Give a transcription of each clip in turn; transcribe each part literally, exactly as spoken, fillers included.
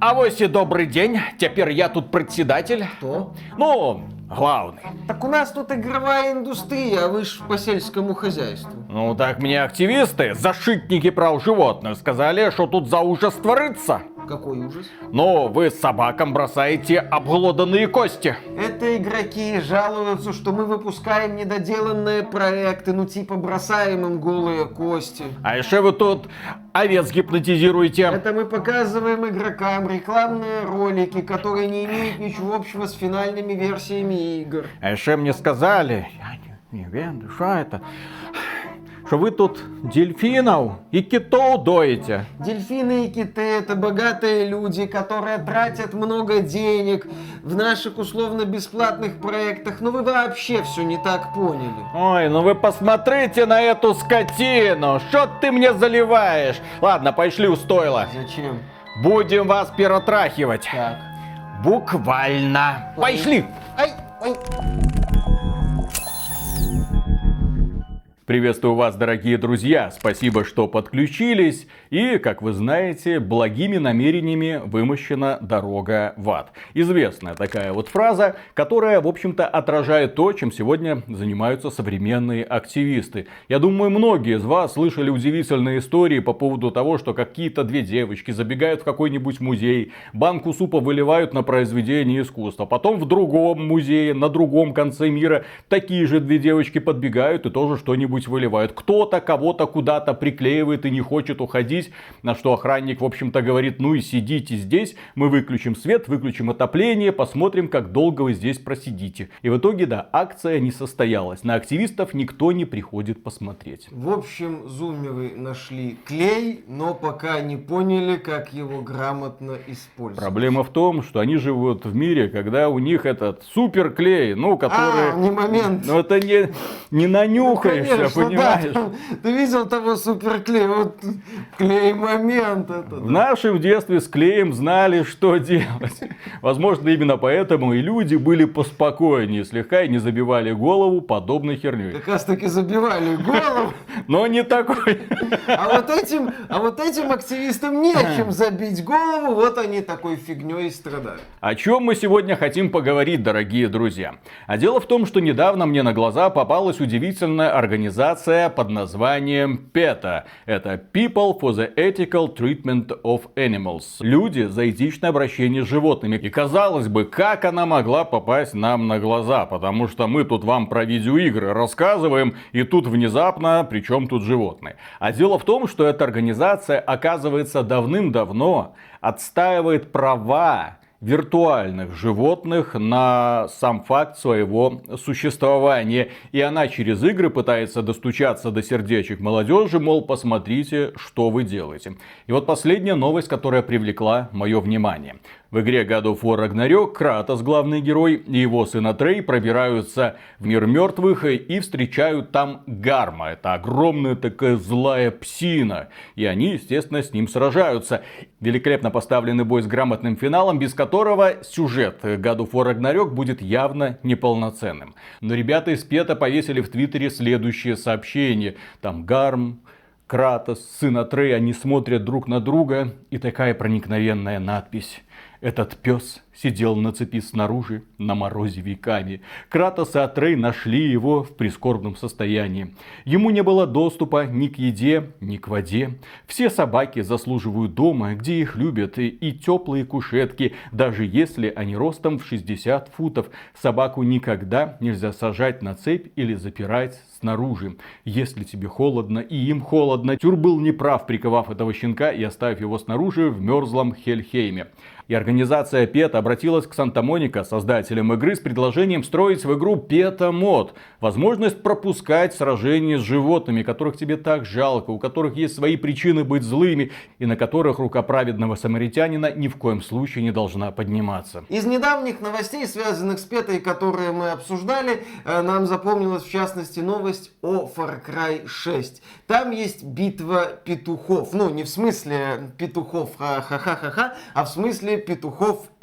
А вось и добрый день. Теперь я тут председатель. Кто? Ну, главный. Так у нас тут игровая индустрия, а вы ж по сельскому хозяйству. Ну так мне активисты, защитники прав животных, сказали, что тут за ужас творится. Какой ужас? Ну, вы собакам бросаете обглоданные кости. Это игроки жалуются, что мы выпускаем недоделанные проекты, ну типа бросаем им голые кости. А еще вы тут овец гипнотизируете. Это мы показываем игрокам рекламные ролики, которые не имеют ничего общего с финальными версиями игр. А еще мне сказали, я не, не ведаю, что это, что вы тут дельфинов и китов доите. Дельфины и киты — это богатые люди, которые тратят много денег в наших условно-бесплатных проектах. Но вы вообще все не так поняли. Ой, ну вы посмотрите на эту скотину. Что ты мне заливаешь? Ладно, пошли у стойла. Зачем? Будем вас перетрахивать. Так. Буквально. Ой. Пошли. Ай, ой. Приветствую вас, дорогие друзья. Спасибо, что подключились. И, как вы знаете, благими намерениями вымощена дорога в ад. Известная такая вот фраза, которая, в общем-то, отражает то, чем сегодня занимаются современные активисты. Я думаю, многие из вас слышали удивительные истории по поводу того, что какие-то две девочки забегают в какой-нибудь музей, банку супа выливают на произведение искусства. Потом в другом музее, на другом конце мира, такие же две девочки подбегают и тоже что-нибудь выливают. Кто-то кого-то куда-то приклеивает и не хочет уходить, на что охранник, в общем-то, говорит: ну и сидите здесь, мы выключим свет, выключим отопление, посмотрим, как долго вы здесь просидите. И в итоге, да, акция не состоялась. На активистов никто не приходит посмотреть. В общем, зумеры нашли клей, но пока не поняли, как его грамотно использовать. Проблема в том, что они живут в мире, когда у них этот суперклей, ну, который... А, не момент. Ну, это не, не нанюхаешься, ну, конечно, понимаешь? Да. Ты видел того суперклей? Вот клей момент этот. В нашем детстве с клеем знали, что делать. Возможно, именно поэтому и люди были поспокойнее слегка и не забивали голову подобной херней. Как раз таки забивали голову. Но не такой. А вот этим, а вот этим активистам нечем забить голову, вот они такой фигней и страдают. О чем мы сегодня хотим поговорить, дорогие друзья? А дело в том, что недавно мне на глаза попалась удивительная организация под названием пета. Это People for the Ethical Treatment of Animals. Люди за этичное обращение с животными. И казалось бы, как она могла попасть нам на глаза? Потому что мы тут вам про видеоигры рассказываем, и тут внезапно, причем тут животные. А дело в том, что эта организация, оказывается, давным-давно отстаивает права виртуальных животных на сам факт своего существования. И она через игры пытается достучаться до сердечек молодежи, мол, посмотрите, что вы делаете. И вот последняя новость, которая привлекла мое внимание. В игре God of War Ragnarok Кратос, главный герой, и его сын Атрей пробираются в мир мертвых и встречают там Гарма. Это огромная такая злая псина. И они, естественно, с ним сражаются. Великолепно поставленный бой с грамотным финалом, без которого сюжет God of War Ragnarok будет явно неполноценным. Но ребята из пета повесили в Твиттере следующее сообщение. Там Гарм, Кратос, сын Атрей, они смотрят друг на друга, и такая проникновенная надпись. Этот пес сидел на цепи снаружи, на морозе веками. Кратос и Атрей нашли его в прискорбном состоянии. Ему не было доступа ни к еде, ни к воде. Все собаки заслуживают дома, где их любят, и, и теплые кушетки, даже если они ростом в шестьдесят футов. Собаку никогда нельзя сажать на цепь или запирать снаружи. Если тебе холодно и им холодно, Тюр был неправ, приковав этого щенка и оставив его снаружи в мерзлом Хельхейме. И организация пет обратилась к Санта-Моника, создателям игры, с предложением строить в игру пета-мод. Возможность пропускать сражения с животными, которых тебе так жалко, у которых есть свои причины быть злыми, и на которых рука праведного самаритянина ни в коем случае не должна подниматься. Из недавних новостей, связанных с петой, которые мы обсуждали, нам запомнилась в частности новость о Far Cry шесть. Там есть битва петухов. Ну, не в смысле петухов ха-ха-ха-ха, а в смысле петухов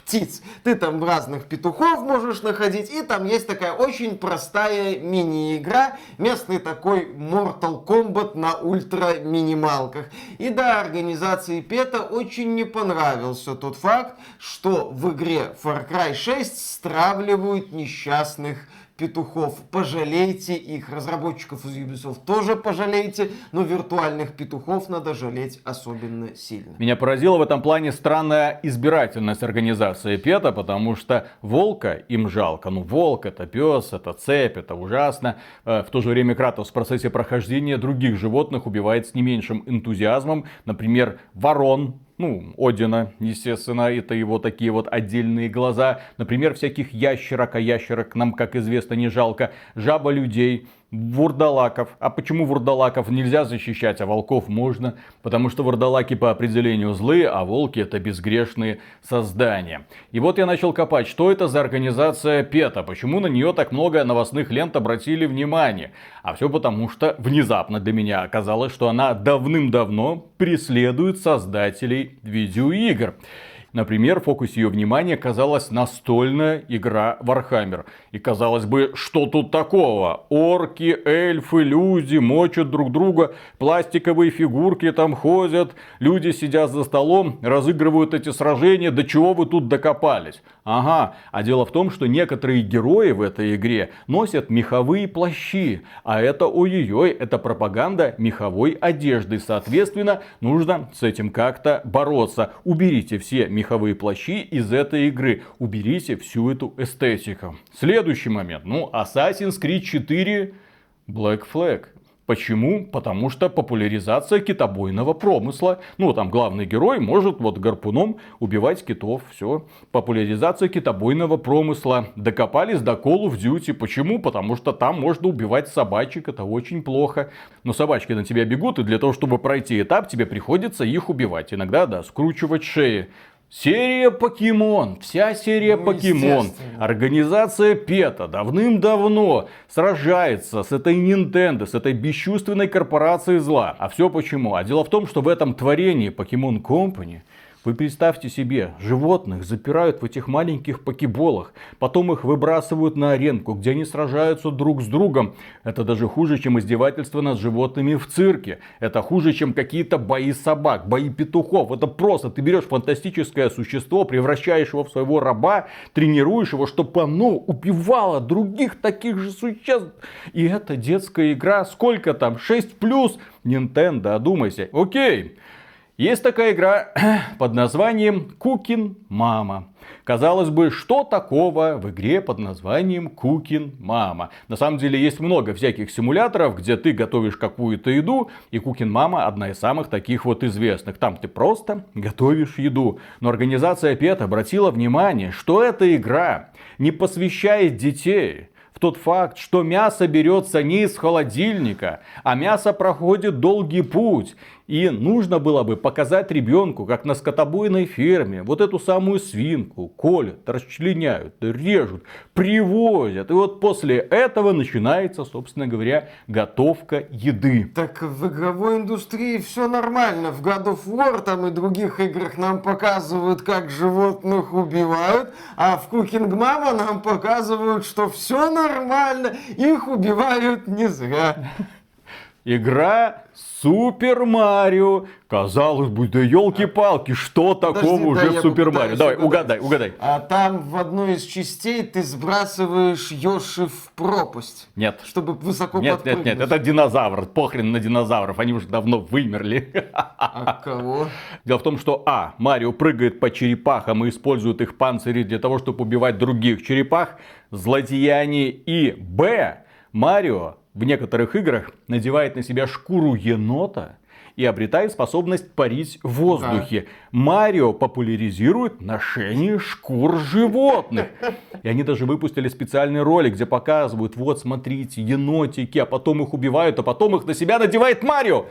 птиц. Ты там разных петухов можешь находить, и там есть такая очень простая мини-игра, местный такой Mortal Kombat на ультра-минималках. И да, организации пета очень не понравился тот факт, что в игре Far Cry шесть стравливают несчастных петухов. Пожалейте их. Разработчиков из Ubisoft тоже пожалейте, но виртуальных петухов надо жалеть особенно сильно. Меня поразила в этом плане странная избирательность организации пета, потому что волка им жалко. Ну, волк — это пес, это цепь, это ужасно. В то же время Кратос в процессе прохождения других животных убивает с не меньшим энтузиазмом. Например, ворон. Ну, Одина, естественно, это его такие вот отдельные глаза. Например, всяких ящерок, а ящерок нам, как известно, не жалко. Жаба-людей, вурдалаков. А почему вурдалаков нельзя защищать, а волков можно? Потому что вурдалаки по определению злые, а волки — это безгрешные создания. И вот я начал копать, что это за организация пета, почему на нее так много новостных лент обратили внимание. А все потому, что внезапно для меня оказалось, что она давным-давно преследует создателей видеоигр. Например, в фокусе ее внимания оказалась настольная игра Warhammer. И казалось бы, что тут такого? Орки, эльфы, люди мочат друг друга, пластиковые фигурки там ходят, люди сидят за столом, разыгрывают эти сражения. До чего вы тут докопались? Ага, а дело в том, что некоторые герои в этой игре носят меховые плащи. А это ой-ой-ой, это пропаганда меховой одежды. Соответственно, нужно с этим как-то бороться. Уберите все меховые плащи из этой игры. Уберите всю эту эстетику. Следующий момент. Ну, Assassin's Creed четыре Black Flag. Почему? Потому что популяризация китобойного промысла. Ну, там главный герой может вот гарпуном убивать китов. Все. Популяризация китобойного промысла. Докопались до Call of Duty. Почему? Потому что там можно убивать собачек. Это очень плохо. Но собачки на тебя бегут, и для того, чтобы пройти этап, тебе приходится их убивать. Иногда, да, скручивать шеи. Серия Покемон, вся серия Ну, Покемон, организация пета давным-давно сражается с этой Nintendo, с этой бесчувственной корпорацией зла. А все почему? А дело в том, что в этом творении Pokemon Company, вы представьте себе, животных запирают в этих маленьких покеболах, потом их выбрасывают на аренку, где они сражаются друг с другом. Это даже хуже, чем издевательство над животными в цирке. Это хуже, чем какие-то бои собак, бои петухов. Это просто ты берешь фантастическое существо, превращаешь его в своего раба, тренируешь его, чтобы оно убивало других таких же существ. И это детская игра, сколько там, шесть плюс? Nintendo, одумайся. Окей. Есть такая игра под названием Cooking Mama. Казалось бы, что такого в игре под названием Cooking Mama? На самом деле есть много всяких симуляторов, где ты готовишь какую-то еду, и Cooking Mama одна из самых таких вот известных. Там ты просто готовишь еду. Но организация пет обратила внимание, что эта игра не посвящает детей в тот факт, что мясо берется не из холодильника, а мясо проходит долгий путь. И нужно было бы показать ребенку, как на скотобойной ферме вот эту самую свинку колят, расчленяют, режут, привозят. И вот после этого начинается, собственно говоря, готовка еды. Так в игровой индустрии все нормально. В God of War там и других играх нам показывают, как животных убивают, а в Cooking Mama нам показывают, что все нормально, их убивают не зря. Игра Супер Марио. Казалось бы, да елки-палки, что такого Подожди, уже да, в Супер Марио? попытаюсь Давай, угадать. угадай, угадай. А там в одной из частей ты сбрасываешь Йоши в пропасть. Нет. Чтобы высоко Нет, подпрыгнуть. нет, нет, это динозавр. Похрен на динозавров, они уже давно вымерли. А кого? Дело в том, что а. Марио прыгает по черепахам и использует их панцири для того, чтобы убивать других черепах, злодеяний. И б. Марио в некоторых играх надевает на себя шкуру енота и обретает способность парить в воздухе. Да. Марио популяризирует ношение шкур животных. И они даже выпустили специальный ролик, где показывают, вот смотрите, енотики, а потом их убивают, а потом их на себя надевает Марио.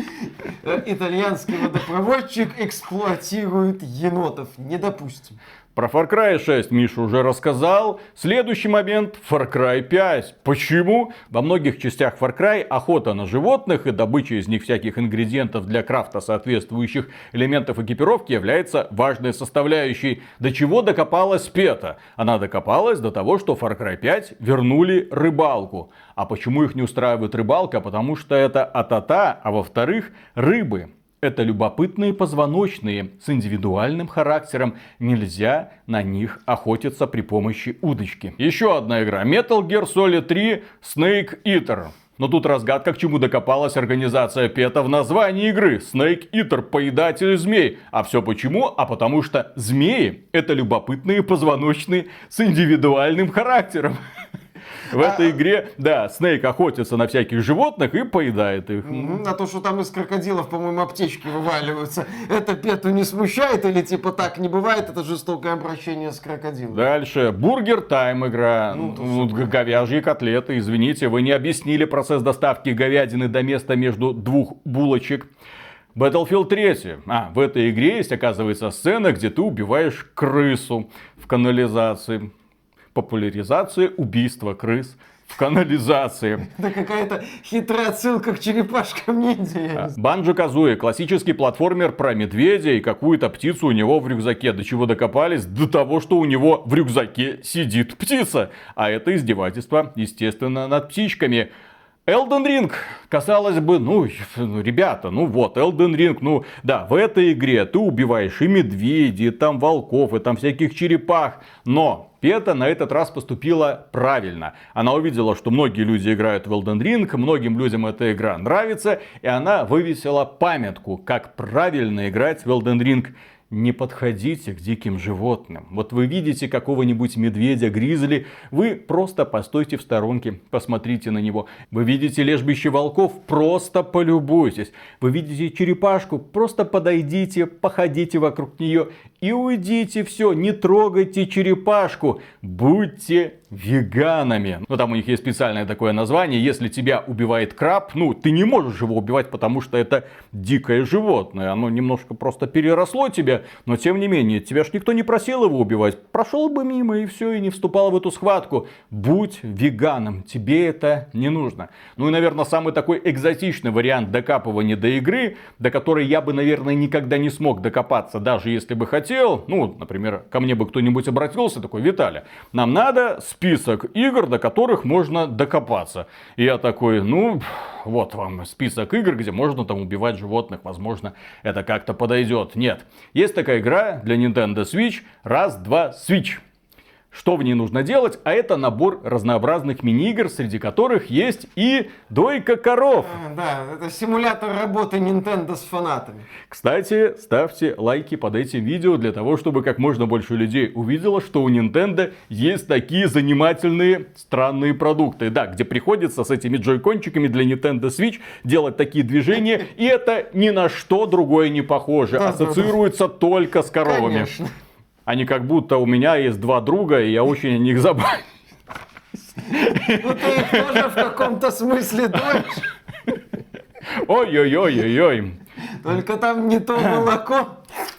Итальянский водопроводчик эксплуатирует енотов. Не допустим. Про Far Cry шесть Миша уже рассказал. Следующий момент — Far Cry пять. Почему? Во многих частях Far Cry охота на животных и добыча из них всяких ингредиентов для крафта соответствующих элементов экипировки является важной составляющей. До чего докопалась Пета? Она докопалась до того, что в Far Cry пять вернули рыбалку. А почему их не устраивает рыбалка? Потому что это атата, а во-вторых, рыбы. Это любопытные позвоночные с индивидуальным характером. Нельзя на них охотиться при помощи удочки. Еще одна игра. Metal Gear Solid три Snake Eater. Но тут разгадка, к чему докопалась организация Пета в названии игры. Snake Eater, поедатель змей. А все почему? А потому что змеи — это любопытные позвоночные с индивидуальным характером. В а... этой игре, да, Снейк охотится на всяких животных и поедает их. А то, что там из крокодилов, по-моему, аптечки вываливаются, это Пету не смущает или типа так не бывает, это жестокое обращение с крокодилом? Дальше. Бургер Тайм игра. Ну, ну, говяжьи котлеты. Извините, вы не объяснили процесс доставки говядины до места между двух булочек. Battlefield три. А, в этой игре есть, оказывается, сцена, где ты убиваешь крысу в канализации. Популяризация убийства крыс в канализации. Это какая-то хитрая отсылка к черепашкам ниндзя. Банджо-Казуи. Классический платформер про медведя и какую-то птицу у него в рюкзаке. До чего докопались? До того, что у него в рюкзаке сидит птица. А это издевательство, естественно, над птичками. Elden Ring, казалось бы, ну, ребята, ну вот, Elden Ring, ну, да, в этой игре ты убиваешь и медведей, и там волков, и там всяких черепах, но Пета на этот раз поступила правильно. Она увидела, что многие люди играют в Elden Ring, многим людям эта игра нравится, и она вывесила памятку, как правильно играть в Elden Ring. Не подходите к диким животным. Вот вы видите какого-нибудь медведя, гризли, вы просто постойте в сторонке, посмотрите на него. Вы видите лежбище волков, просто полюбуйтесь. Вы видите черепашку, просто подойдите, походите вокруг нее и уйдите. Все, не трогайте черепашку, будьте веганами. Ну там у них есть специальное такое название. Если тебя убивает краб, ну ты не можешь его убивать, потому что это дикое животное. Оно немножко просто переросло тебя, но тем не менее, тебя ж никто не просил его убивать. Прошел бы мимо и все, и не вступал в эту схватку. Будь веганом, тебе это не нужно. Ну и, наверное, самый такой экзотичный вариант докапывания до игры, до которой я бы, наверное, никогда не смог докопаться, даже если бы хотел. Ну, например, ко мне бы кто-нибудь обратился, такой: Виталя, нам надо список игр, до которых можно докопаться. И я такой: ну, вот вам список игр, где можно там убивать животных. Возможно, это как-то подойдет. Нет. Есть такая игра для Nintendo Switch. Раз, два, Switch. Что в ней нужно делать? А это набор разнообразных мини-игр, среди которых есть и дойка коров. А, да, это симулятор работы Nintendo с фанатами. Кстати, ставьте лайки под этим видео для того, чтобы как можно больше людей увидело, что у Nintendo есть такие занимательные, странные продукты. Да, где приходится с этими джойкончиками для Nintendo Switch делать такие движения, и это ни на что другое не похоже. Да, ассоциируется да, да. только с коровами. Конечно. Они как будто у меня есть два друга, и я очень о них забочусь. Ну ты их тоже в каком-то смысле дочь. Ой-ой-ой-ой-ой. Только там не то молоко.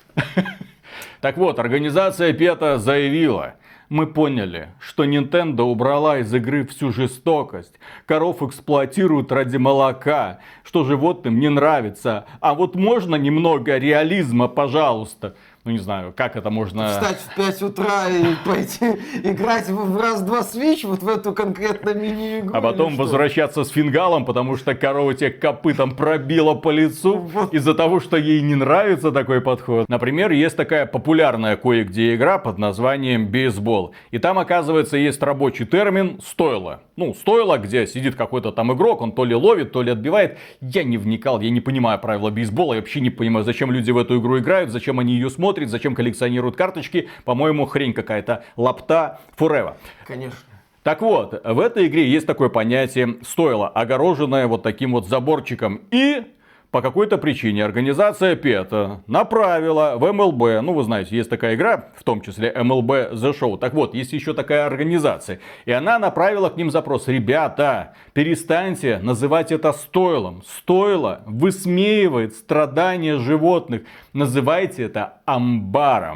Так вот, организация Пета заявила: мы поняли, что Nintendo убрала из игры всю жестокость. Коров эксплуатируют ради молока, что животным не нравится. А вот можно немного реализма, пожалуйста? Ну, не знаю, как это можно... Встать в пять утра и пойти играть в раз-два Switch, вот в эту конкретно мини-игру. А потом возвращаться с фингалом, потому что корова тебе копытом пробила по лицу вот. Из-за того, что ей не нравится такой подход. Например, есть такая популярная кое-где игра под названием бейсбол. И там, оказывается, есть рабочий термин «стойло». Ну, стойло, где сидит какой-то там игрок, он то ли ловит, то ли отбивает. Я не вникал, я не понимаю правила бейсбола, я вообще не понимаю, зачем люди в эту игру играют, зачем они ее смотрят, зачем коллекционируют карточки. По-моему, хрень какая-то, лапта forever. Конечно. Так вот, в этой игре есть такое понятие стойло, огороженное вот таким вот заборчиком. И по какой-то причине организация Пета направила в эм эл бэ, ну вы знаете, есть такая игра, в том числе эм эл бэ The Show. Так вот, есть еще такая организация. И она направила к ним запрос: ребята, перестаньте называть это стойлом. Стойло высмеивает страдания животных. Называйте это амбаром.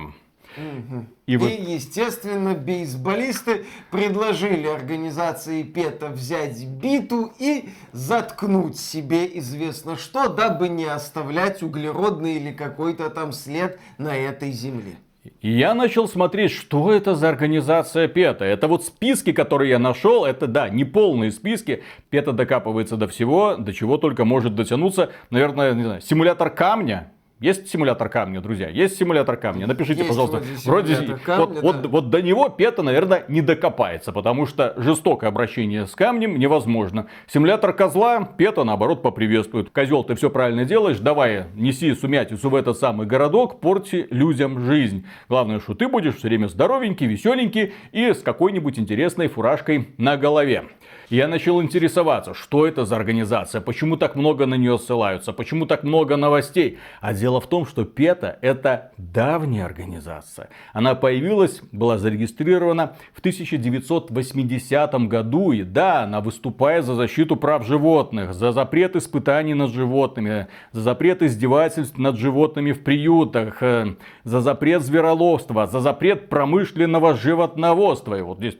Угу. И, И, вот... естественно, бейсболисты предложили организации ПЕТа взять биту и заткнуть себе известно что, дабы не оставлять углеродный или какой-то там след на этой земле. И я начал смотреть, что это за организация ПЕТа. Это вот списки, которые я нашел, это, да, не полные списки. ПЕТа докапывается до всего, до чего только может дотянуться. Наверное, не знаю, симулятор камня. Есть симулятор камня, друзья? Есть симулятор камня? Напишите, Есть пожалуйста. Вроде Вроде камня, вот, да. вот, вот до него ПЕТа, наверное, не докопается, потому что жестокое обращение с камнем невозможно. Симулятор козла ПЕТа, наоборот, поприветствует. Козел, ты все правильно делаешь, давай неси сумятицу в этот самый городок, порти людям жизнь. Главное, что ты будешь все время здоровенький, веселенький и с какой-нибудь интересной фуражкой на голове. Я начал интересоваться, что это за организация, почему так много на нее ссылаются, почему так много новостей. А дело в том, что ПЕТа это давняя организация. Она появилась, была зарегистрирована в тысяча девятьсот восьмидесятом году. И да, она выступает за защиту прав животных, за запрет испытаний над животными, за запрет издевательств над животными в приютах, за запрет звероловства, за запрет промышленного животноводства. И вот здесь,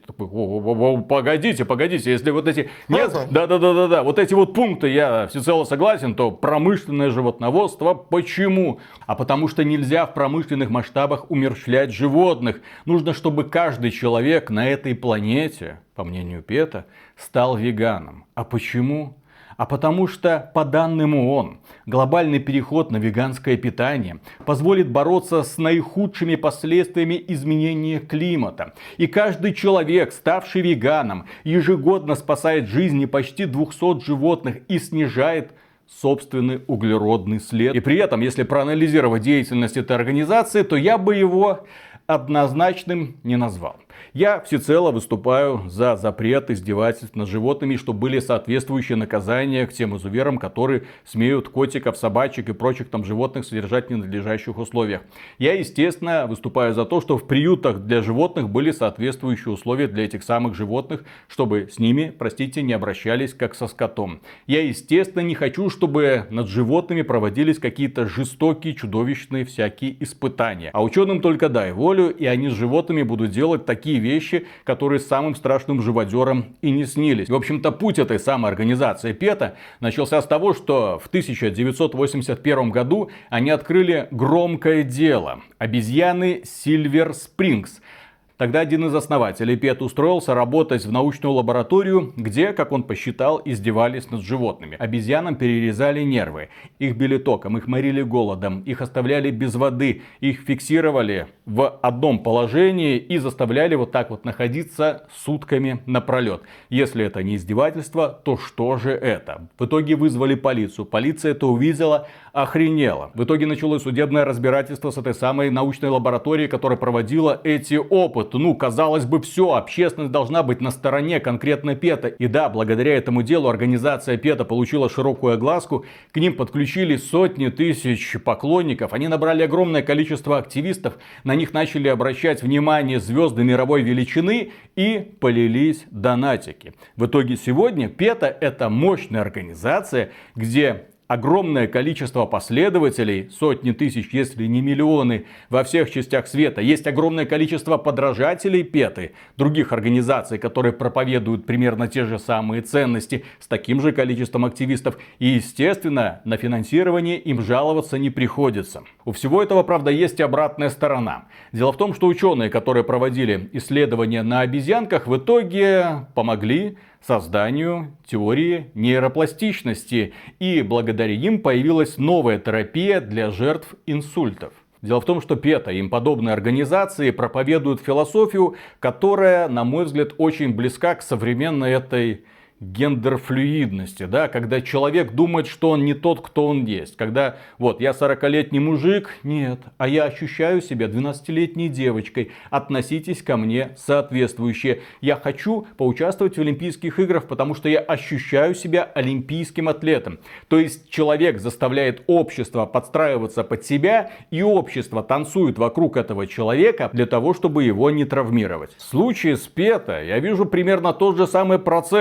погодите, погодите, если вы вот эти, нет, да, да, да, да, да, вот эти вот пункты я всецело согласен, то промышленное животноводство почему? А потому что нельзя в промышленных масштабах умерщвлять животных. Нужно, чтобы каждый человек на этой планете, по мнению ПЕТа, стал веганом. А почему? А потому что, по данным ООН, глобальный переход на веганское питание позволит бороться с наихудшими последствиями изменения климата. И каждый человек, ставший веганом, ежегодно спасает жизни почти двухсот животных и снижает собственный углеродный след. И при этом, если проанализировать деятельность этой организации, то я бы его однозначным не назвал. Я всецело выступаю за запрет издевательств над животными, чтобы были соответствующие наказания к тем изуверам, которые смеют котиков, собачек и прочих там животных содержать в ненадлежащих условиях. Я, естественно, выступаю за то, что в приютах для животных были соответствующие условия для этих самых животных, чтобы с ними, простите, не обращались как со скотом. Я, естественно, не хочу, чтобы над животными проводились какие-то жестокие, чудовищные всякие испытания. А ученым только дай волю, и они с животными будут делать такие вещи, которые самым страшным живодерам и не снились. В общем-то, путь этой самой организации ПЕТа начался с того, что в тысяча девятьсот восемьдесят первом году они открыли громкое дело. Обезьяны Сильвер Спрингс. Тогда один из основателей ПЕТа устроился работать в научную лабораторию, где, как он посчитал, издевались над животными. Обезьянам перерезали нервы, их били током, их морили голодом, их оставляли без воды, их фиксировали в одном положении и заставляли вот так вот находиться сутками напролет. Если это не издевательство, то что же это? В итоге вызвали полицию. Полиция это увидела, охренела. В итоге началось судебное разбирательство с этой самой научной лабораторией, которая проводила эти опыты. Ну, казалось бы, все, общественность должна быть на стороне конкретно ПЕТа. И да, благодаря этому делу организация ПЕТа получила широкую огласку. К ним подключились сотни тысяч поклонников. Они набрали огромное количество активистов. На них начали обращать внимание звезды мировой величины и полились донатики. В итоге сегодня ПЕТа это мощная организация, где огромное количество последователей, сотни тысяч, если не миллионы, во всех частях света. Есть огромное количество подражателей ПЕТы, других организаций, которые проповедуют примерно те же самые ценности, с таким же количеством активистов. И, естественно, на финансирование им жаловаться не приходится. У всего этого, правда, есть и обратная сторона. Дело в том, что ученые, которые проводили исследования на обезьянках, в итоге помогли созданию теории нейропластичности. И благодаря им появилась новая терапия для жертв инсультов. Дело в том, что ПЕТа и им подобные организации проповедуют философию, которая, на мой взгляд, очень близка к современной этой гендерфлюидности, да, когда человек думает, что он не тот, кто он есть. Когда вот я сорокалетний мужик, нет, а я ощущаю себя двенадцатилетней девочкой. Относитесь ко мне соответствующе. Я хочу поучаствовать в Олимпийских играх, потому что я ощущаю себя олимпийским атлетом. То есть человек заставляет общество подстраиваться под себя, и общество танцует вокруг этого человека для того, чтобы его не травмировать. В случае с ПЕТа я вижу примерно тот же самый процесс.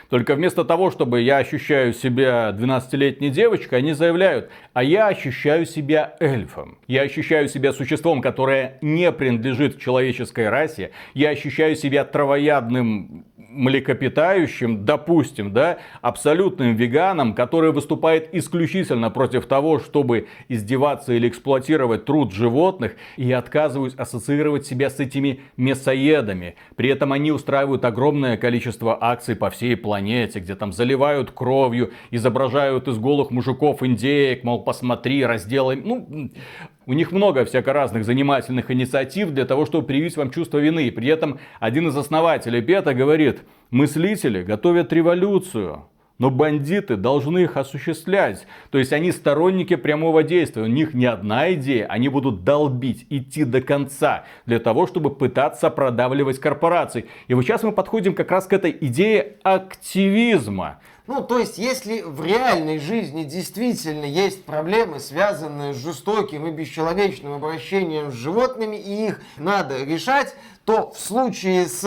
Только вместо того, чтобы я ощущаю себя двенадцатилетней девочкой, они заявляют, а я ощущаю себя эльфом. Я ощущаю себя существом, которое не принадлежит человеческой расе. Я ощущаю себя травоядным млекопитающим, допустим, да, абсолютным веганом, который выступает исключительно против того, чтобы издеваться или эксплуатировать труд животных, и я отказываюсь ассоциировать себя с этими мясоедами. При этом они устраивают огромное количество акций по всей планете, где там заливают кровью, изображают из голых мужиков индеек, мол, посмотри, разделай. Ну, у них много всяко разных занимательных инициатив для того, чтобы привить вам чувство вины. И при этом один из основателей ПЕТа говорит, мыслители готовят революцию, но бандиты должны их осуществлять. То есть они сторонники прямого действия. У них не одна идея, они будут долбить, идти до конца для того, чтобы пытаться продавливать корпорации. И вот сейчас мы подходим как раз к этой идее активизма. Ну, то есть, если в реальной жизни действительно есть проблемы, связанные с жестоким и бесчеловечным обращением с животными, и их надо решать, то в случае с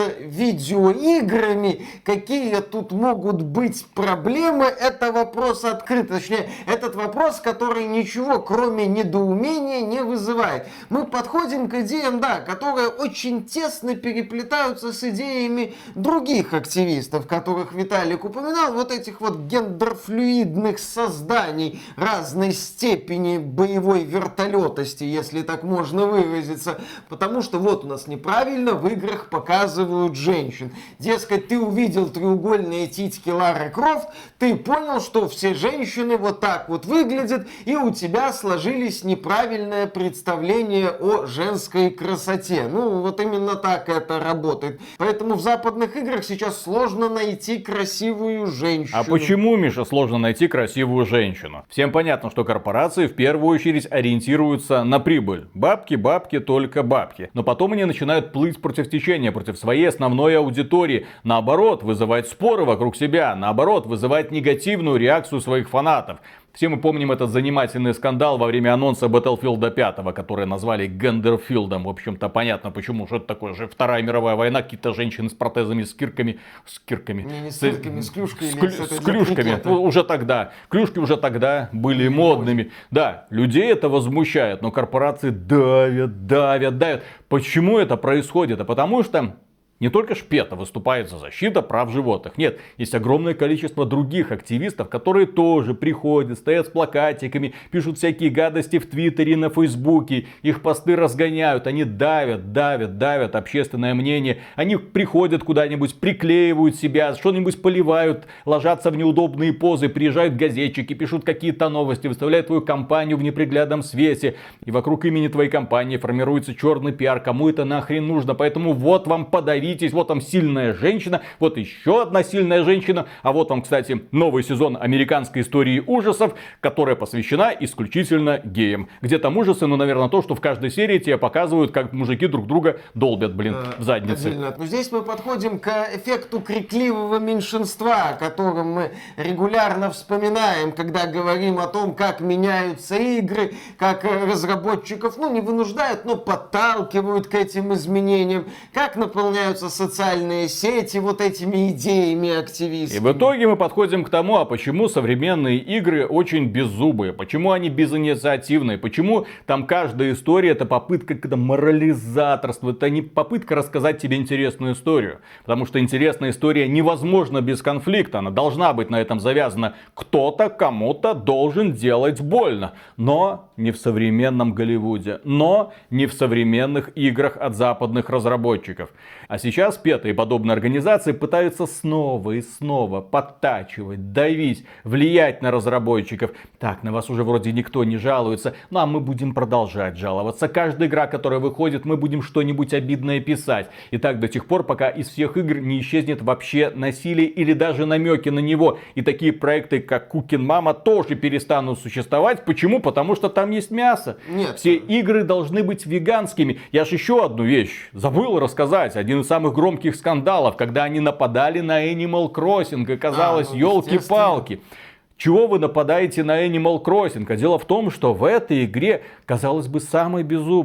видеоиграми, какие тут могут быть проблемы, это вопрос открыт. Точнее, этот вопрос, который ничего, кроме недоумения, не вызывает. Мы подходим к идеям, да, которые очень тесно переплетаются с идеями других активистов, которых Виталик упоминал, вот этих вот гендерфлюидных созданий разной степени боевой вертолетности, если так можно выразиться. Потому что вот у нас неправильно в играх показывают женщин. Дескать, ты увидел треугольные титьки Лары Крофт, ты понял, что все женщины вот так вот выглядят, и у тебя сложились неправильное представление о женской красоте. Ну, вот именно так это работает. Поэтому в западных играх сейчас сложно найти красивую женщину. А почему, Миша, сложно найти красивую женщину? Всем понятно, что корпорации в первую очередь ориентируются на прибыль. Бабки, бабки, только бабки. Но потом они начинают плыть против течения, против своей основной аудитории. Наоборот, вызывать споры вокруг себя. Наоборот, вызывать негативную реакцию своих фанатов. Все мы помним этот занимательный скандал во время анонса Battlefield пять, который назвали Гендерфилдом. В общем-то, понятно почему. Что это такое же Вторая мировая война, какие-то женщины с протезами, с кирками. С кирками. Не, не с кирками, с клюшками. С, клю- с клюшками. Ну, уже тогда. Клюшки уже тогда были модными. Да, людей это возмущает, но корпорации давят, давят, давят. Почему это происходит? А потому что не только ж ПЕТа выступает за защиту прав животных. Нет, есть огромное количество других активистов, которые тоже приходят, стоят с плакатиками, пишут всякие гадости в Твиттере, на Фейсбуке. Их посты разгоняют, они давят, давят, давят общественное мнение. Они приходят куда-нибудь, приклеивают себя, что-нибудь поливают, ложатся в неудобные позы, приезжают газетчики, пишут какие-то новости, выставляют твою компанию в неприглядном свете. И вокруг имени твоей компании формируется черный пиар. Кому это нахрен нужно? Поэтому вот вам подавить. Вот там сильная женщина, вот еще одна сильная женщина, а вот вам, кстати, новый сезон американской истории ужасов, которая посвящена исключительно геям. Где там ужасы, ну, наверное, то, что в каждой серии тебе показывают, как мужики друг друга долбят, блин, в задницы. Отдельно. Но здесь мы подходим к эффекту крикливого меньшинства, о котором мы регулярно вспоминаем, когда говорим о том, как меняются игры, как разработчиков, ну, не вынуждают, но подталкивают к этим изменениям, как наполняются социальные сети вот этими идеями активистов. И в итоге мы подходим к тому, а почему современные игры очень беззубые, почему они безинициативные, почему там каждая история это попытка когда морализаторства, это не попытка рассказать тебе интересную историю. Потому что интересная история невозможна без конфликта, она должна быть на этом завязана. Кто-то кому-то должен делать больно, но не в современном Голливуде, но не в современных играх от западных разработчиков. А сейчас ПЕТа и подобные организации пытаются снова и снова подтачивать, давить, влиять на разработчиков. Так, на вас уже вроде никто не жалуется, ну а мы будем продолжать жаловаться. Каждая игра, которая выходит, мы будем что-нибудь обидное писать. И так до тех пор, пока из всех игр не исчезнет вообще насилие или даже намеки на него. И такие проекты, как Cooking Mama, тоже перестанут существовать. Почему? Потому что там есть мясо. Нет. Все игры должны быть веганскими. Я же еще одну вещь забыл рассказать. Один из самых громких скандалов, когда они нападали на Animal Crossing. И казалось, а, ну, елки-палки. Чего вы нападаете на Animal Crossing? А дело в том, что в этой игре, казалось бы, самой беззубой,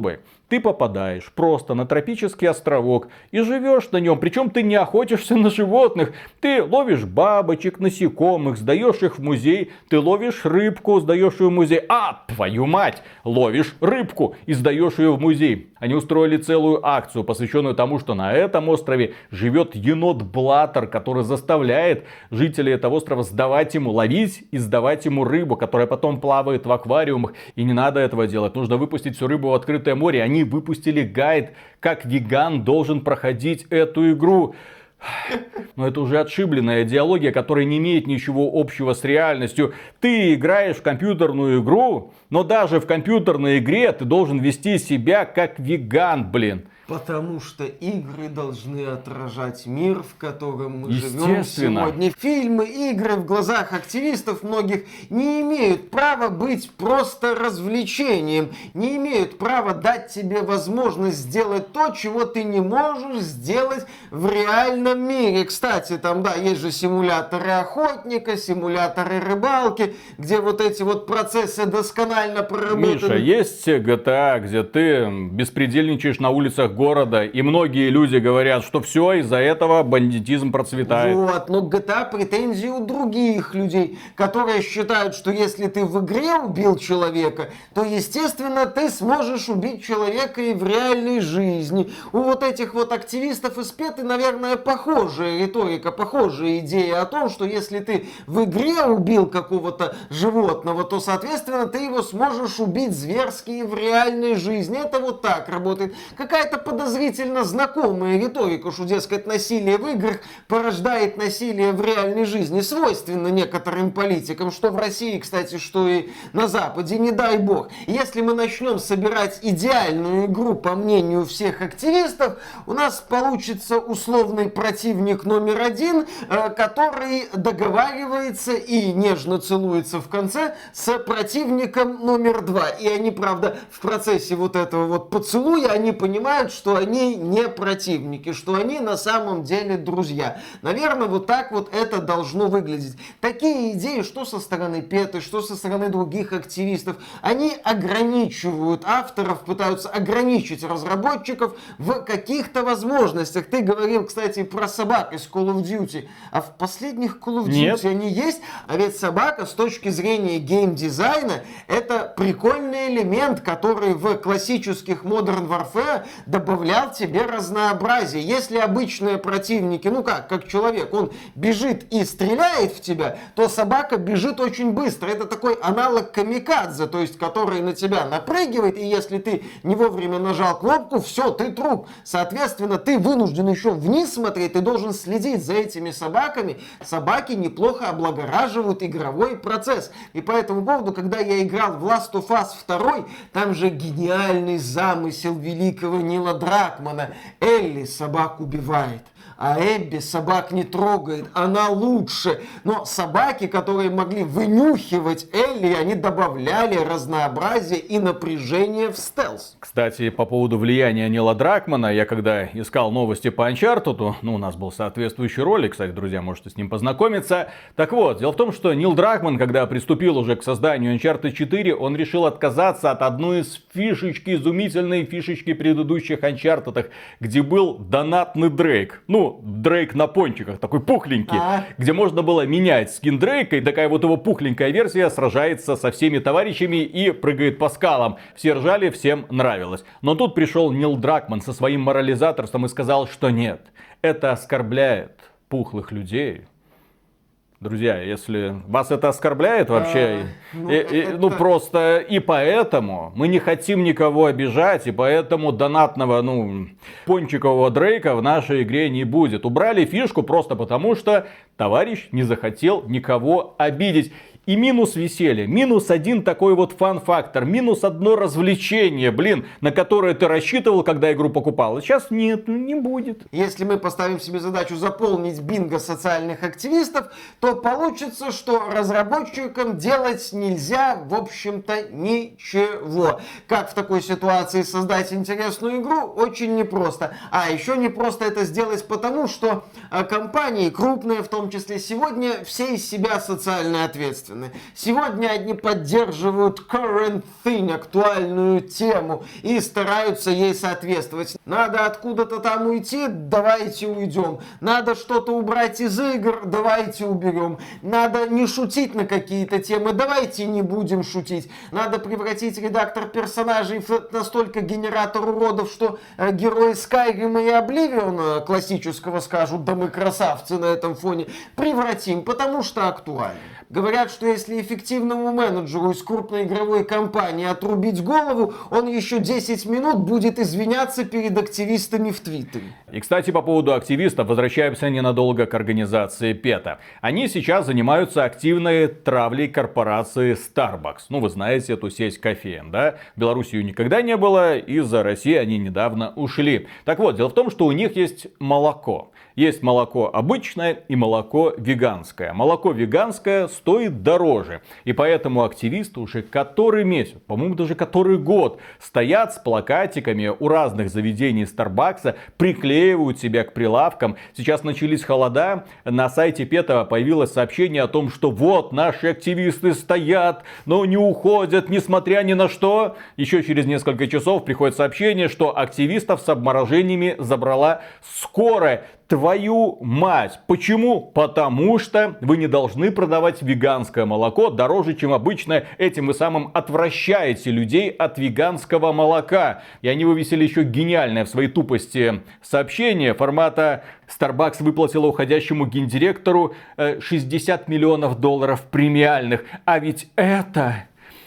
Ты попадаешь просто на тропический островок и живешь на нем. Причем ты не охотишься на животных. Ты ловишь бабочек, насекомых, сдаешь их в музей. Ты ловишь рыбку, сдаешь ее в музей. А, твою мать, ловишь рыбку и сдаешь ее в музей. Они устроили целую акцию, посвященную тому, что на этом острове живет енот Блаттер, который заставляет жителей этого острова сдавать ему, ловить и сдавать ему рыбу, которая потом плавает в аквариумах. И не надо этого делать. Нужно выпустить всю рыбу в открытое море. Они выпустили гайд, как веган должен проходить эту игру. Но это уже отшибленная идеология, которая не имеет ничего общего с реальностью. Ты играешь в компьютерную игру, но даже в компьютерной игре ты должен вести себя как веган, блин. Потому что игры должны отражать мир, в котором мы живем сегодня. Фильмы, игры в глазах активистов многих не имеют права быть просто развлечением. Не имеют права дать тебе возможность сделать то, чего ты не можешь сделать в реальном мире. Кстати, там, да, есть же симуляторы охотника, симуляторы рыбалки, где вот эти вот процессы досконально проработаны. Миша, есть джи ти эй, где ты беспредельничаешь на улицах города, и многие люди говорят, что все, из-за этого бандитизм процветает. Вот, но джи ти эй претензии у других людей, которые считают, что если ты в игре убил человека, то, естественно, ты сможешь убить человека и в реальной жизни. У вот этих вот активистов из петы, наверное, похожая риторика, похожая идея о том, что если ты в игре убил какого-то животного, то, соответственно, ты его сможешь убить зверски и в реальной жизни. Это вот так работает. Какая-то подозрительно знакомая риторика, что, дескать, насилие в играх порождает насилие в реальной жизни. Свойственно некоторым политикам, что в России, кстати, что и на Западе, не дай бог. Если мы начнем собирать идеальную игру, по мнению всех активистов, у нас получится условный противник номер один, который договаривается и нежно целуется в конце с противником номер два. И они, правда, в процессе вот этого вот поцелуя, они понимают, что они не противники, что они на самом деле друзья. Наверное, вот так вот это должно выглядеть. Такие идеи, что со стороны петы, что со стороны других активистов, они ограничивают авторов, пытаются ограничить разработчиков в каких-то возможностях. Ты говорил, кстати, про собак из Call of Duty. А в последних Call of Duty Нет. они есть? А ведь собака с точки зрения геймдизайна это прикольный элемент, который в классических Modern Warfare добавлял тебе разнообразие. Если обычные противники, ну как, как человек, он бежит и стреляет в тебя, то собака бежит очень быстро. Это такой аналог камикадзе, то есть который на тебя напрыгивает, и если ты не вовремя нажал кнопку, все, ты труп. Соответственно, ты вынужден еще вниз смотреть, ты должен следить за этими собаками. Собаки неплохо облагораживают игровой процесс. И по этому поводу, когда я играл в Last of Us два, там же гениальный замысел великого Нила Дракмана. Элли собак убивает, а Эбби собак не трогает, она лучше. Но собаки, которые могли вынюхивать Элли, они добавляли разнообразие и напряжение в стелс. Кстати, по поводу влияния Нила Дракмана, я когда искал новости по Uncharted, ну, у нас был соответствующий ролик, кстати, друзья, можете с ним познакомиться. Так вот, дело в том, что Нил Дракман, когда приступил уже к созданию Uncharted четыре, он решил отказаться от одной из фишечки, изумительной фишечки предыдущих Uncharted, где был донатный Дрейк. Ну, Дрейк на пончиках, такой пухленький, а? где можно было менять скин Дрейка, и такая вот его пухленькая версия сражается со всеми товарищами и прыгает по скалам. Все ржали, всем нравилось. Но тут пришел Нил Дракман со своим морализаторством и сказал, что нет, это оскорбляет пухлых людей. Друзья, если вас это оскорбляет вообще, а, ну, и, и, это... ну просто и поэтому мы не хотим никого обижать, и поэтому донатного, ну, пончикового Дрейка в нашей игре не будет. Убрали фишку просто потому, что товарищ не захотел никого обидеть. И минус веселья, минус один такой вот фан-фактор, минус одно развлечение, блин, на которое ты рассчитывал, когда игру покупал. А сейчас нет, не будет. Если мы поставим себе задачу заполнить бинго социальных активистов, то получится, что разработчикам делать нельзя, в общем-то, ничего. Как в такой ситуации создать интересную игру? Очень непросто. А еще непросто это сделать потому, что компании крупные, в том числе сегодня, все из себя социально ответственны. современные. Сегодня они поддерживают current thing, актуальную тему, и стараются ей соответствовать. Надо откуда-то там уйти, давайте уйдем. Надо что-то убрать из игр, давайте уберем. Надо не шутить на какие-то темы, давайте не будем шутить. Надо превратить редактор персонажей в настолько генератор уродов, что э, герои Skyrim и Oblivion классического скажут, да мы красавцы на этом фоне. Превратим, потому что актуально. Говорят, что если эффективному менеджеру из крупной игровой компании отрубить голову, он еще десять минут будет извиняться перед активистами в Твиттере. И, кстати, по поводу активистов, возвращаемся ненадолго к организации пета. Они сейчас занимаются активной травлей корпорации Starbucks. Ну, вы знаете эту сеть кофеен, да? В Беларуси ее никогда не было, из-за России они недавно ушли. Так вот, дело в том, что у них есть молоко. Есть молоко обычное и молоко веганское. Молоко веганское стоит дороже. И поэтому активисты уже который месяц, по-моему, даже который год, стоят с плакатиками у разных заведений Старбакса, приклеивают себя к прилавкам. Сейчас начались холода. На сайте пета появилось сообщение о том, что вот наши активисты стоят, но не уходят, несмотря ни на что. Еще через несколько часов приходит сообщение, что активистов с обморожениями забрала скорая. Твою мать! Почему? Потому что вы не должны продавать веганское молоко дороже, чем обычное. Этим вы самым отвращаете людей от веганского молока. И они вывесили еще гениальное в своей тупости сообщение формата: Starbucks выплатила уходящему гендиректору шестьдесят миллионов долларов премиальных. А ведь это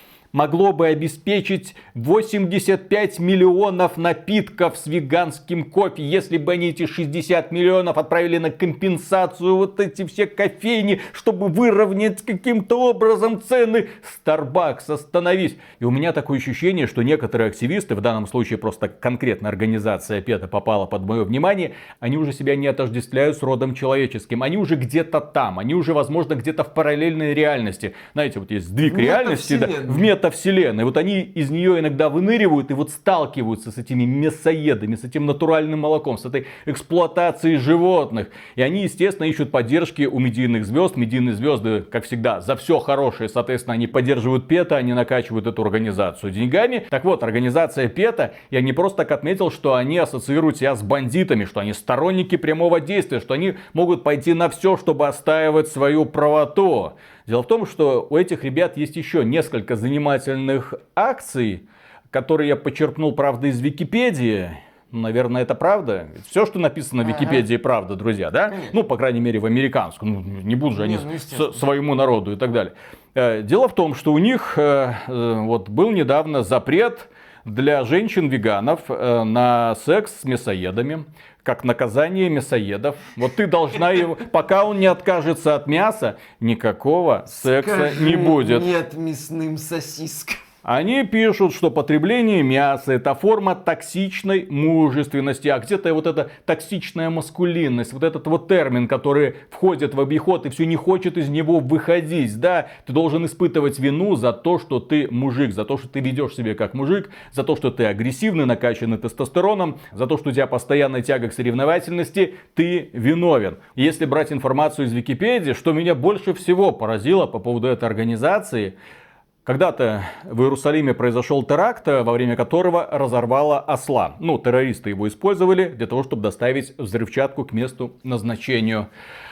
могло бы обеспечить восемьдесят пять миллионов напитков с веганским кофе, если бы они эти шестьдесят миллионов отправили на компенсацию вот эти все кофейни, чтобы выровнять каким-то образом цены. Starbucks, остановись. И у меня такое ощущение, что некоторые активисты, в данном случае просто конкретно организация пета попала под мое внимание, они уже себя не отождествляют с родом человеческим. Они уже где-то там, они уже, возможно, где-то в параллельной реальности. Знаете, вот есть сдвиг реальности, да, в мета вселенной. Вот они из нее иногда выныривают и вот сталкиваются с этими мясоедами, с этим натуральным молоком, с этой эксплуатацией животных. И они, естественно, ищут поддержки у медийных звезд. Медийные звезды, как всегда, за все хорошее, соответственно, они поддерживают пета, они накачивают эту организацию деньгами. Так вот, организация пета, я не просто так отметил, что они ассоциируют себя с бандитами, что они сторонники прямого действия, что они могут пойти на все, чтобы отстаивать свою правоту. Дело в том, что у этих ребят есть еще несколько занимательных акций, которые я почерпнул, правда, из Википедии. Наверное, это правда. Все, что написано в Википедии, ага. правда, друзья, да? Конечно. Ну, по крайней мере, в американском. Ну, не будут же они не, ну, своему народу и так далее. Дело в том, что у них вот, был недавно запрет для женщин-веганов на секс с мясоедами. Как наказание мясоедов. Вот ты должна его, пока он не откажется от мяса, никакого секса Скажи не будет. Нет мясным сосискам. Они пишут, что потребление мяса — это форма токсичной мужественности. А где-то вот эта токсичная маскулинность, вот этот вот термин, который входит в обиход и все не хочет из него выходить. Да, ты должен испытывать вину за то, что ты мужик, за то, что ты ведешь себя как мужик, за то, что ты агрессивный, накачанный тестостероном, за то, что у тебя постоянная тяга к соревновательности, ты виновен. Если брать информацию из Википедии, что меня больше всего поразило по поводу этой организации — когда-то в Иерусалиме произошел теракт, во время которого разорвало осла. Ну, террористы его использовали для того, чтобы доставить взрывчатку к месту назначения.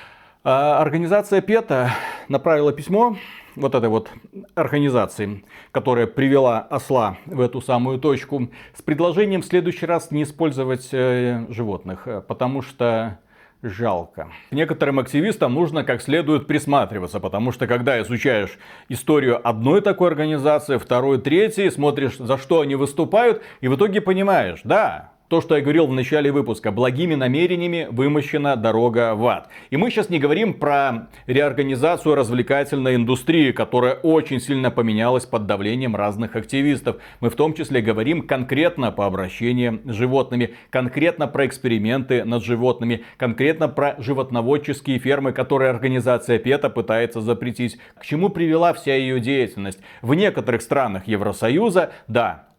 А организация пета направила письмо вот этой вот организации, которая привела осла в эту самую точку, с предложением в следующий раз не использовать э, животных, потому что жалко. Некоторым активистам нужно как следует присматриваться, потому что когда изучаешь историю одной такой организации, второй, третьей, смотришь, за что они выступают, и в итоге понимаешь, да, то, что я говорил в начале выпуска, благими намерениями вымощена дорога в ад. И мы сейчас не говорим про реорганизацию развлекательной индустрии, которая очень сильно поменялась под давлением разных активистов. Мы в том числе говорим конкретно по обращению с животными, конкретно про эксперименты над животными, конкретно про животноводческие фермы, которые организация пета пытается запретить. К чему привела вся ее деятельность? В некоторых странах Евросоюза, да,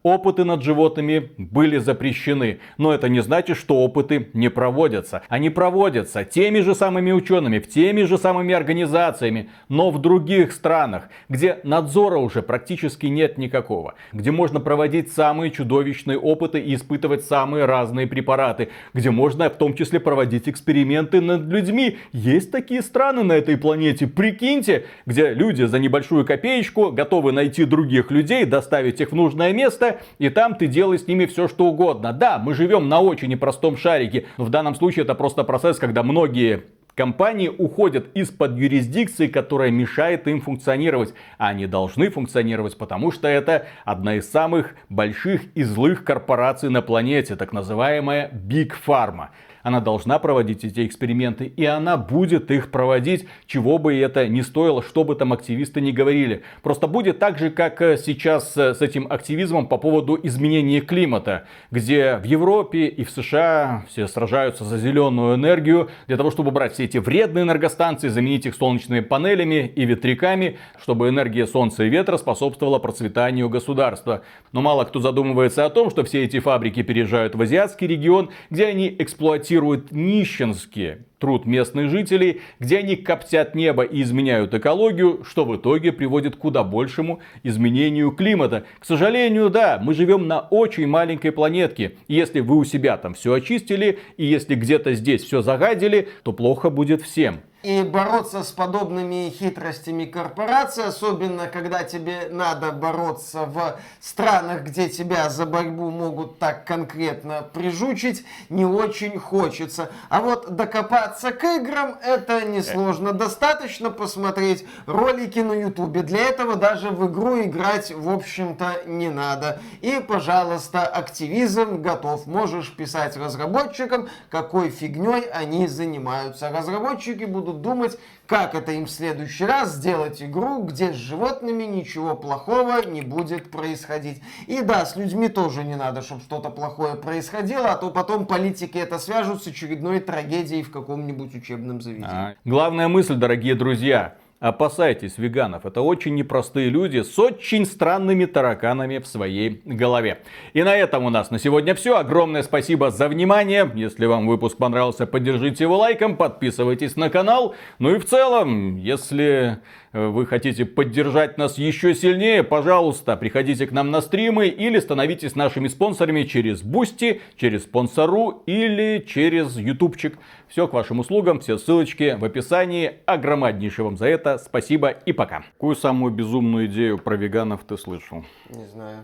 опыты над животными были запрещены. Но это не значит, что опыты не проводятся. Они проводятся теми же самыми учеными, в теми же самыми организациями, но в других странах, где надзора уже практически нет никакого, где можно проводить самые чудовищные опыты и испытывать самые разные препараты, где можно в том числе проводить эксперименты над людьми. Есть такие страны на этой планете, прикиньте, где люди за небольшую копеечку готовы найти других людей, доставить их в нужное место, и там ты делай с ними все что угодно. Да, мы живем на очень непростом шарике, но в данном случае это просто процесс, когда многие компании уходят из-под юрисдикции, которая мешает им функционировать. А они должны функционировать, потому что это одна из самых больших и злых корпораций на планете, так называемая Big Pharma. Она должна проводить эти эксперименты, и она будет их проводить, чего бы это ни стоило, что бы там активисты ни говорили. Просто будет так же, как сейчас с этим активизмом по поводу изменения климата, где в Европе и в США все сражаются за зеленую энергию, для того, чтобы брать все эти вредные энергостанции, заменить их солнечными панелями и ветряками, чтобы энергия солнца и ветра способствовала процветанию государства. Но мало кто задумывается о том, что все эти фабрики переезжают в азиатский регион, где они эксплуатируют нищенский труд местных жителей, где они коптят небо и изменяют экологию, что в итоге приводит к куда большему изменению климата. К сожалению, да, мы живем на очень маленькой планетке. И если вы у себя там все очистили, и если где-то здесь все загадили, то плохо будет всем. И бороться с подобными хитростями корпораций, особенно когда тебе надо бороться в странах, где тебя за борьбу могут так конкретно прижучить, не очень хочется. А вот докопаться к играм это несложно. Достаточно посмотреть ролики на ютубе. Для этого даже в игру играть, в общем-то, не надо. И, пожалуйста, активизм готов. Можешь писать разработчикам, какой фигней они занимаются. Разработчики будут думать, как это им в следующий раз сделать игру, где с животными ничего плохого не будет происходить. И да, с людьми тоже не надо, чтобы что-то плохое происходило, а то потом политики это свяжут с очередной трагедией в каком-нибудь учебном заведении. А, главная мысль, дорогие друзья. Опасайтесь веганов. Это очень непростые люди с очень странными тараканами в своей голове. И на этом у нас на сегодня все. Огромное спасибо за внимание. Если вам выпуск понравился, поддержите его лайком, подписывайтесь на канал. Ну и в целом, если вы хотите поддержать нас еще сильнее, пожалуйста, приходите к нам на стримы или становитесь нашими спонсорами через Boosty, через Спонсору или через ютубчик. Все к вашим услугам, все ссылочки в описании. Огромнейшее вам за это спасибо и пока. Какую самую безумную идею про веганов ты слышал? Не знаю.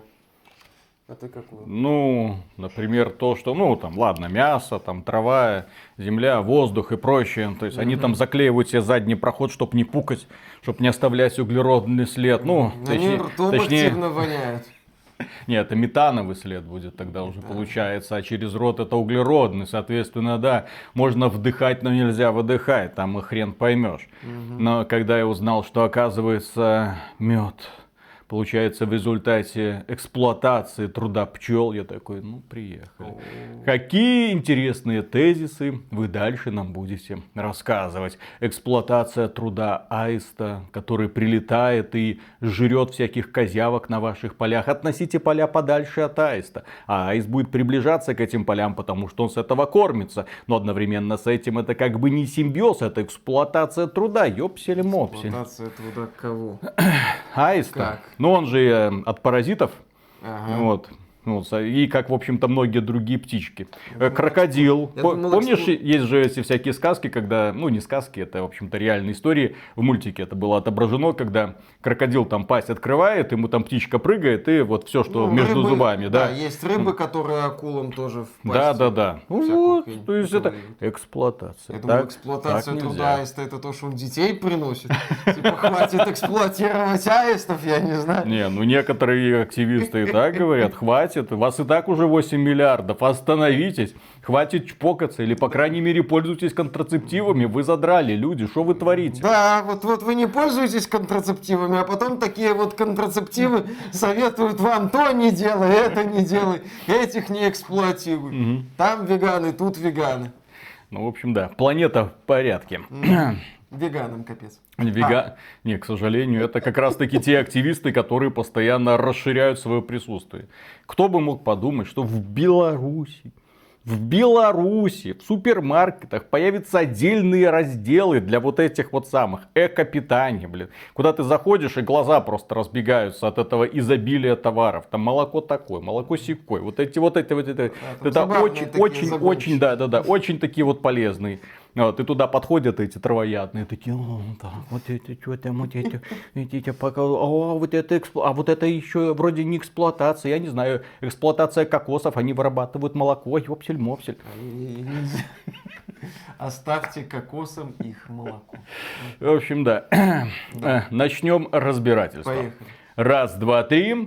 А ты какую? Ну, например, то, что, ну, там, ладно, мясо, там, трава, земля, воздух и прочее. То есть, mm-hmm. они там заклеивают себе задний проход, чтобы не пукать, чтобы не оставлять углеродный след. Ну, они точнее, ртом точнее... активно воняют. Нет, это метановый след будет тогда уже да. получается, а через рот это углеродный, соответственно, да, можно вдыхать, но нельзя выдыхать, там и хрен поймешь. Угу. Но когда я узнал, что оказывается мед получается в результате эксплуатации труда пчел, я такой, ну, приехали. О-о-о. Какие интересные тезисы вы дальше нам будете рассказывать. Эксплуатация труда аиста, который прилетает и жрет всяких козявок на ваших полях. Относите поля подальше от аиста. А аист будет приближаться к этим полям, потому что он с этого кормится. Но одновременно с этим это как бы не симбиоз, это эксплуатация труда. Ёпсель-мопсель. Эксплуатация труда кого? Аиста. Как? Ну, он же от паразитов. Ага. Вот. Вот, и как, в общем-то, многие другие птички. Я Крокодил. Думал, По- помнишь, что... есть же эти всякие сказки, когда... Ну, не сказки, это, в общем-то, реальные истории. В мультике это было отображено, когда крокодил там пасть открывает, ему там птичка прыгает, и вот все, что ну, между рыбы, зубами. Да, да, есть рыбы, которые акулам тоже в пасть. Да, да, да. Вот, то есть это эксплуатация. Я думаю, эксплуатация труда аиста это то, что он детей приносит. Типа, хватит эксплуатировать аистов, я не знаю. Не, ну некоторые активисты и так говорят, хватит. Вас и так уже восемь миллиардов. Остановитесь. Хватит чпокаться. Или, по крайней мере, пользуйтесь контрацептивами. Вы задрали, люди. Что вы творите? Да, вот, вот вы не пользуетесь контрацептивами, а потом такие вот контрацептивы советуют вам то не делай, это не делай. Этих не эксплуатируй. Угу. Там веганы, тут веганы. Ну, в общем, да. Планета в порядке. Веганам капец. Вега... Не, к сожалению, это как раз таки те активисты, которые постоянно расширяют свое присутствие. Кто бы мог подумать, что в Беларуси, в Беларуси, в супермаркетах появятся отдельные разделы для вот этих вот самых эко-питания, блин. Куда ты заходишь и глаза просто разбегаются от этого изобилия товаров. Там молоко такое, молоко сякое. Вот эти вот эти вот это. Да, это очень, такие очень, очень, да, да, да, очень такие вот полезные. Вот, и туда подходят эти травоядные, такие, о, так, вот это, что там, вот эти, эти, пока, о, вот это, экспло... а вот это еще вроде не эксплуатация, я не знаю, эксплуатация кокосов, они вырабатывают молоко, ёпсель-мопсель. Оставьте кокосам их молоко. В общем, да, Да. начнем разбирательство. Поехали. Раз, два, три.